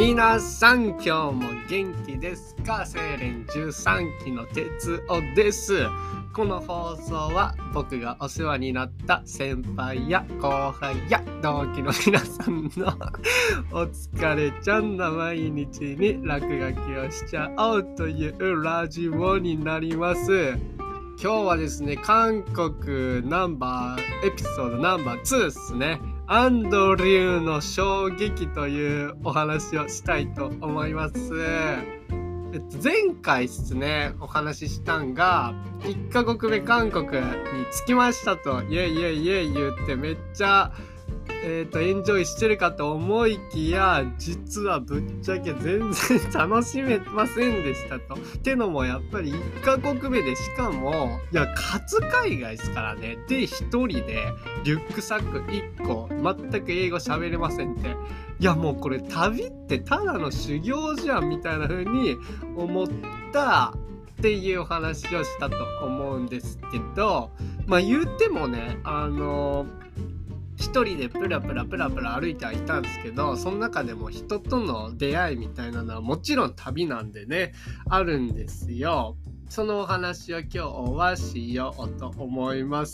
皆さん今日も元気ですか？精錬13期の哲夫です。この放送は僕がお世話になった先輩や後輩や同期の皆さんのお疲れちゃんな毎日に落書きをしちゃおうというラジオになります。今日はですね、韓国ナンバーエピソードナンバー2ですね。アンドリューの衝撃というお話をしたいと思います。前回ですね、お話ししたんが1カ国目韓国に着きましたとイエイイエイイエイ言ってめっちゃエンジョイしてるかと思いきや、実はぶっちゃけ全然楽しめませんでしたと。てのもやっぱり1カ国目で、しかも初海外ですからね。で一人でリュックサック1個全く英語喋れませんって。いやもうこれ旅ってただの修行じゃんみたいな風に思ったっていうお話をしたと思うんですけど、言ってもね、一人でプラプラ歩いてはいたんですけど、その中でも人との出会いみたいなのはもちろん旅なんでね、あるんですよ。そのお話を今日はしようと思います。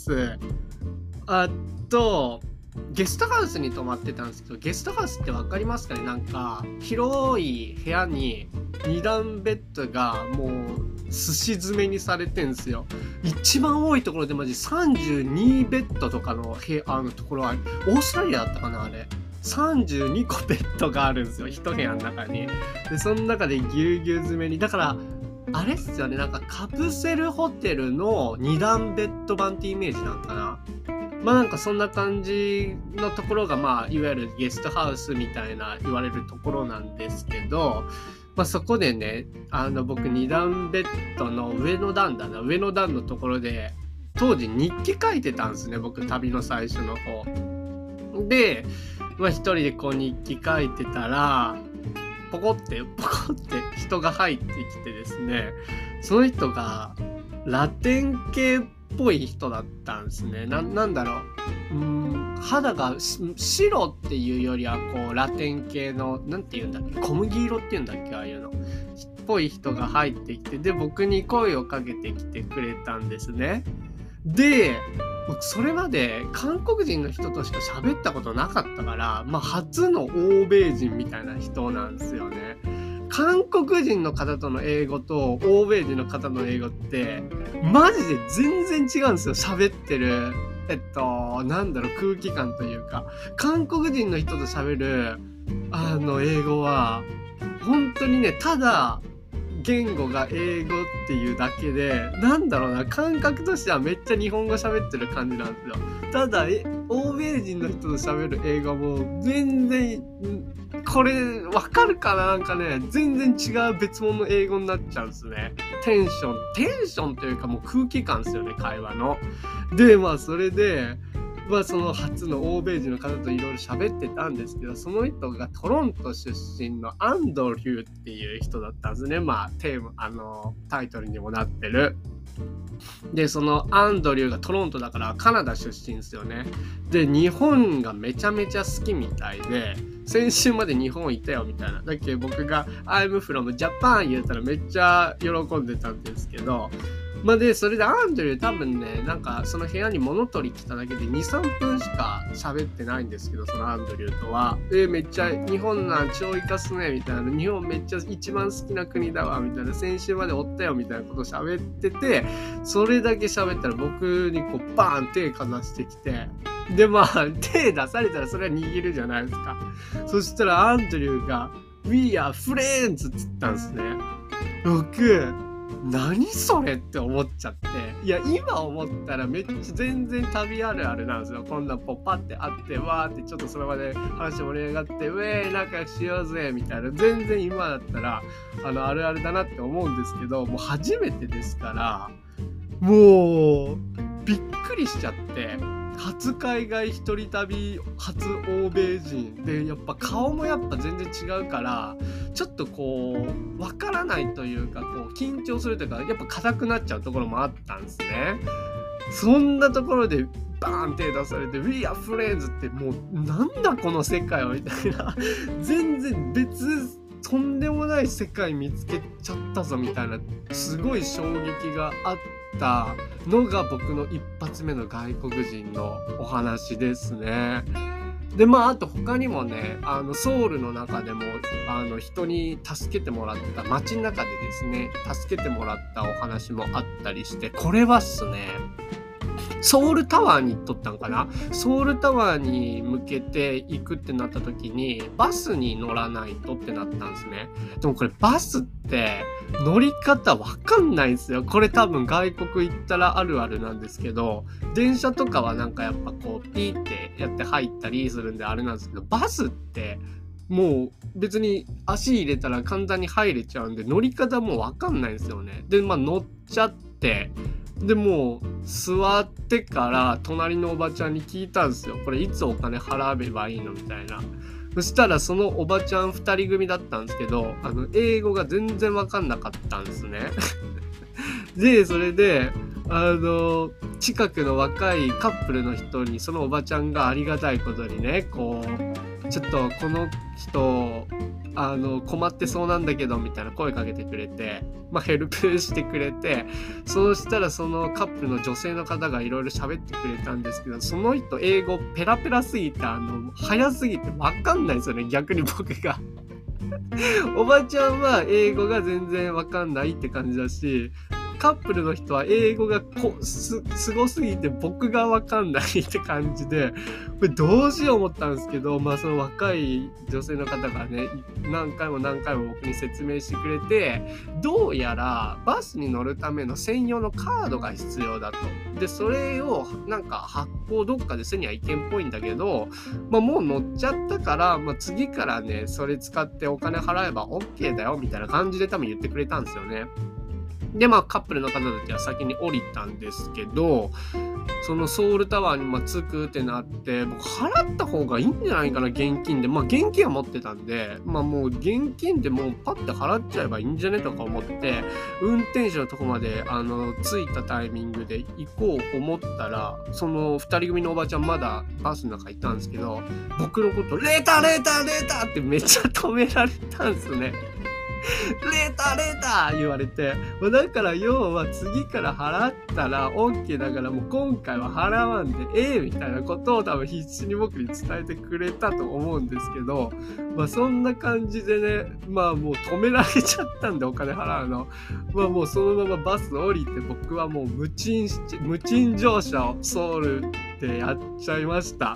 ゲストハウスに泊まってたんですけど、ゲストハウスって分かりますかね？なんか広い部屋に2段ベッドがもうすし詰めにされてんですよ。一番多いところでマジ32ベッドとかのところはオーストラリアだったかな、あれ32個ベッドがあるんですよ、一部屋の中に。でその中でぎゅうぎゅう詰めに、だからあれっすよね、なんかカプセルホテルの2段ベッド版ってイメージなんかな。なんかそんな感じのところがいわゆるゲストハウスみたいな言われるところなんですけど、そこでね、僕2段ベッドの上の段のところで当時日記書いてたんですね、僕旅の最初の方で。一人でこう日記書いてたらポコって人が入ってきてですね、その人がラテン系っぽい人だったんですね。なんだろう、肌が白っていうよりはこうラテン系のなんていうんだっけ、小麦色っていうんだっけ、ああいうのっぽい人が入ってきて、で僕に声をかけてきてくれたんですね。で僕それまで韓国人の人としか喋ったことなかったから、初の欧米人みたいな人なんですよね。韓国人の方との英語と欧米人の方の英語ってマジで全然違うんですよ。喋ってる空気感というか、韓国人の人と喋る英語は本当にね、ただ言語が英語っていうだけで、感覚としてはめっちゃ日本語喋ってる感じなんですよ。ただ欧米人の人と喋る英語も全然、これわかるかな、なんかね、全然違う別物の英語になっちゃうんですね。テンションというかもう空気感ですよね、会話の。でそれでその初の欧米人の方といろいろ喋ってたんですけど、その人がトロント出身のアンドリューっていう人だったんですね。タイトルにもなってる。でそのアンドリューがトロントだからカナダ出身ですよね。で日本がめちゃめちゃ好きみたいで、先週まで日本行ったよみたいな。だけど僕が I'm from Japan 言ったらめっちゃ喜んでたんですけど、でそれでアンドリュー多分ね、なんかその部屋に物取り来ただけで 2,3 分しか喋ってないんですけど、そのアンドリューとはめっちゃ日本なん超イカすねみたいな、日本めっちゃ一番好きな国だわみたいな、先週までおったよみたいなこと喋ってて、それだけ喋ったら僕にこうバーン手かざしてきて、で手出されたらそれは握るじゃないですか。そしたらアンドリューが We are friends って言ったんですね。僕何それって思っちゃって、いや今思ったらめっちゃ全然旅あるあるなんですよ。こんなポッパってあってわーってちょっとその場で話盛り上がってウェー仲良くしようぜみたいな、全然今だったらあるあるだなって思うんですけど、もう初めてですからもうびっくりしちゃって、初海外一人旅初欧米人で、やっぱ顔もやっぱ全然違うから、ちょっとこうわからないというか、こう緊張するというか、やっぱ硬くなっちゃうところもあったんですね。そんなところでバーン手出されて We are friends ってもうなんだこの世界はみたいな全然とんでもない世界見つけちゃったぞみたいなすごい衝撃があったのが僕の一発目の外国人のお話ですね。であと他にもねソウルの中でも人に助けてもらった街の中でですね助けてもらったお話もあったりして、これはっすねソウルタワーに行っとったんかな。ソウルタワーに向けて行くってなった時にバスに乗らないとってなったんですね。でもこれバスって乗り方わかんないんですよ。これ多分外国行ったらあるあるなんですけど、電車とかはなんかやっぱこうピーってやって入ったりするんであれなんですけど、バスってもう別に足入れたら簡単に入れちゃうんで乗り方もわかんないんですよね。で乗っちゃってでもう座ってから隣のおばちゃんに聞いたんですよ。これいつお金払えばいいのみたいな。そしたらそのおばちゃん2人組だったんですけど英語が全然わかんなかったんですねでそれで近くの若いカップルの人にそのおばちゃんがありがたいことにねこうちょっとこの人困ってそうなんだけどみたいな声かけてくれてヘルプしてくれて、そうしたらそのカップルの女性の方がいろいろ喋ってくれたんですけど、その人英語ペラペラすぎて早すぎて分かんないんですよね逆に僕がおばちゃんは英語が全然分かんないって感じだし、カップルの人は英語がすごすぎて僕が分かんないって感じで、これどうしよう思ったんですけど、その若い女性の方がね何回も僕に説明してくれて、どうやらバスに乗るための専用のカードが必要だと。でそれをなんか発行どっかでせにはいけんっぽいんだけど、もう乗っちゃったから、次からねそれ使ってお金払えば OK だよみたいな感じで多分言ってくれたんですよね。でカップルの方たちは先に降りたんですけど、そのソウルタワーに着くってなって、僕払った方がいいんじゃないかな現金で。現金は持ってたんでもう現金でもうパッて払っちゃえばいいんじゃねとか思って、運転手のとこまで着いたタイミングで行こう思ったら、その2人組のおばちゃんまだバスの中いたんですけど、僕のことレーターってめっちゃ止められたんですねレーター言われて、だから要は次から払ったら OK だからもう今回は払わんでみたいなことを多分必死に僕に伝えてくれたと思うんですけど、そんな感じでねもう止められちゃったんでお金払うのもうそのままバス降りて、僕はもう無賃乗車をソウルでやっちゃいました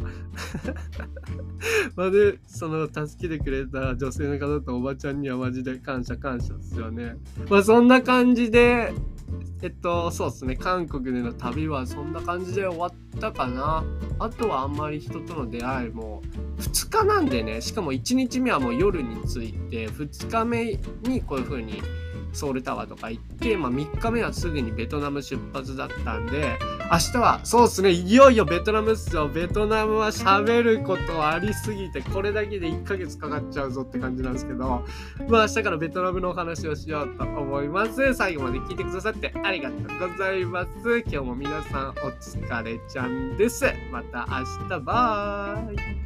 でその助けてくれた女性の方とおばちゃんにはマジで感謝ですよね。そんな感じでそうですね、韓国での旅はそんな感じで終わったかな。あとはあんまり人との出会いも2日なんでね、しかも1日目はもう夜に着いて2日目にこういう風にソウルタワーとか行って、3日目はすぐにベトナム出発だったんで、明日はそうですね、いよいよベトナムっすよ。ベトナムは喋ることありすぎてこれだけで1ヶ月かかっちゃうぞって感じなんですけど、明日からベトナムのお話をしようと思います。最後まで聞いてくださってありがとうございます。今日も皆さんお疲れちゃんです。また明日バイ。